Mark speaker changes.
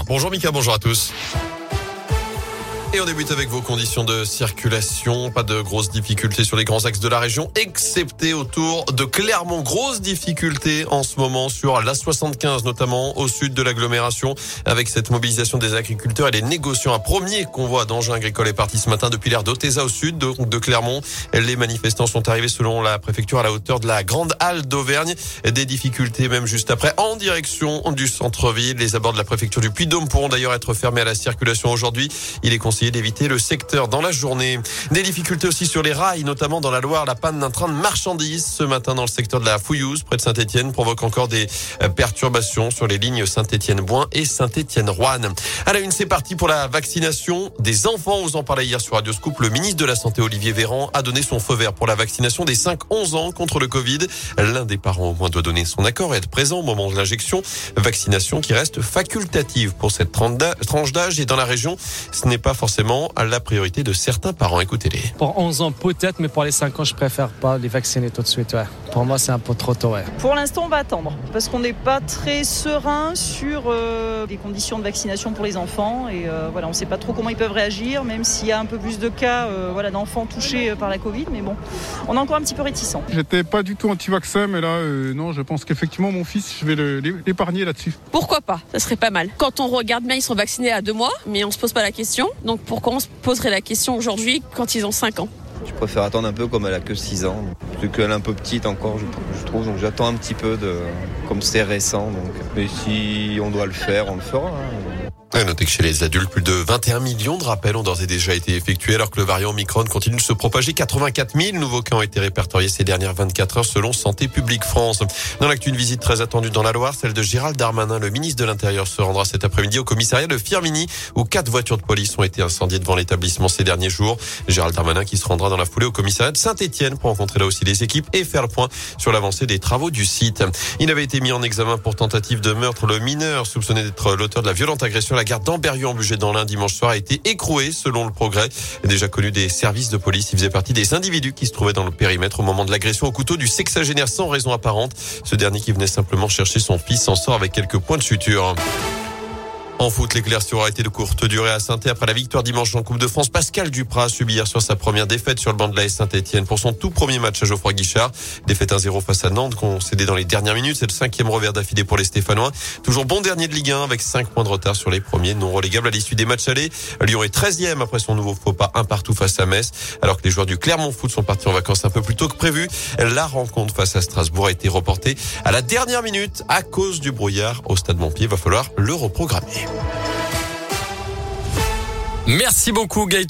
Speaker 1: Bonjour Mika, bonjour à tous. Et on débute avec vos conditions de circulation. Pas de grosses difficultés sur les grands axes de la région, excepté autour de Clermont. Grosses difficultés en ce moment sur l'A75, notamment au sud de l'agglomération, avec cette mobilisation des agriculteurs et les négociants. Un premier convoi d'engins agricoles est parti ce matin depuis l'aire d'Oteza au sud de Clermont. Les manifestants sont arrivés selon la préfecture à la hauteur de la Grande Halle d'Auvergne. Des difficultés même juste après en direction du centre-ville. Les abords de la préfecture du Puy-de-Dôme pourront d'ailleurs être fermés à la circulation aujourd'hui. Il est conseillé d'éviter le secteur dans la journée. Des difficultés aussi sur les rails, notamment dans la Loire. La panne d'un train de marchandises ce matin dans le secteur de la Fouillouse, près de Saint-Étienne, provoque encore des perturbations sur les lignes Saint-Étienne-Boin et Saint-Étienne-Roanne. À la une, c'est parti pour la vaccination des enfants. On vous en parlait hier sur Radio Scoop. Le ministre de la Santé, Olivier Véran, a donné son feu vert pour la vaccination des 5-11 ans contre le Covid. L'un des parents au moins doit donner son accord et être présent au moment de l'injection. Vaccination qui reste facultative pour cette tranche d'âge. Et dans la région, ce n'est pas forcément la priorité de certains parents. Écoutez-les.
Speaker 2: Pour 11 ans peut-être, mais pour les 5 ans, je préfère pas les vacciner tout de suite. Ouais. Pour moi, c'est un peu trop tôt. Ouais.
Speaker 3: Pour l'instant, on va attendre parce qu'on n'est pas très serein sur les conditions de vaccination pour les enfants. Et voilà, on ne sait pas trop comment ils peuvent réagir, même s'il y a un peu plus de cas d'enfants touchés par la Covid. Mais bon, on est encore un petit peu réticents.
Speaker 4: J'étais pas du tout anti-vaccin, mais là, non, je pense qu'effectivement, mon fils, je vais l'épargner là-dessus.
Speaker 5: Pourquoi pas ? Ça serait pas mal. Quand on regarde bien, ils sont vaccinés à 2 mois, mais on se pose pas la question. Donc pourquoi on se poserait la question aujourd'hui quand ils ont 5 ans ?
Speaker 6: Je préfère attendre un peu comme elle a que 6 ans. Parce qu'elle est un peu petite encore, je trouve. Donc j'attends un petit peu comme c'est récent. Donc. Mais si on doit le faire, on le fera.
Speaker 1: Notez que chez les adultes, plus de 21 millions de rappels ont d'ores et déjà été effectués alors que le variant Omicron continue de se propager. 84 000 nouveaux cas ont été répertoriés ces dernières 24 heures selon Santé publique France. Dans l'actu, une visite très attendue dans la Loire, celle de Gérald Darmanin. Le ministre de l'Intérieur se rendra cet après-midi au commissariat de Firminy où 4 voitures de police ont été incendiées devant l'établissement ces derniers jours. Gérald Darmanin qui se rendra dans la foulée au commissariat de Saint-Étienne pour rencontrer là aussi les équipes et faire le point sur l'avancée des travaux du site. Il avait été mis en examen pour tentative de meurtre. Le mineur soupçonné d'être l'auteur de la violente agression à la gare d'Amberieu-en-Bugey dans l'Ain dimanche soir a été écroué selon le Progrès. Déjà connu des services de police, il faisait partie des individus qui se trouvaient dans le périmètre au moment de l'agression au couteau du sexagénaire sans raison apparente. Ce dernier qui venait simplement chercher son fils s'en sort avec quelques points de suture. En foot, l'éclaircie aura été de courte durée à Saint-Étienne après la victoire dimanche en Coupe de France. Pascal Duprat a subi hier soir sa première défaite sur le banc de l'AS Saint-Étienne pour son tout premier match à Geoffroy Guichard. Défaite 1-0 face à Nantes, concédée dans les dernières minutes. C'est le 5e revers d'affilée pour les Stéphanois. Toujours bon dernier de Ligue 1 avec 5 points de retard sur les premiers non relégables à l'issue des matchs allés. Lyon est 13e après son nouveau faux pas 1 partout face à Metz. Alors que les joueurs du Clermont Foot sont partis en vacances un peu plus tôt que prévu. La rencontre face à Strasbourg a été reportée à la dernière minute à cause du brouillard au stade Montpied. Il va falloir le reprogrammer.
Speaker 7: Merci beaucoup Gaëtan.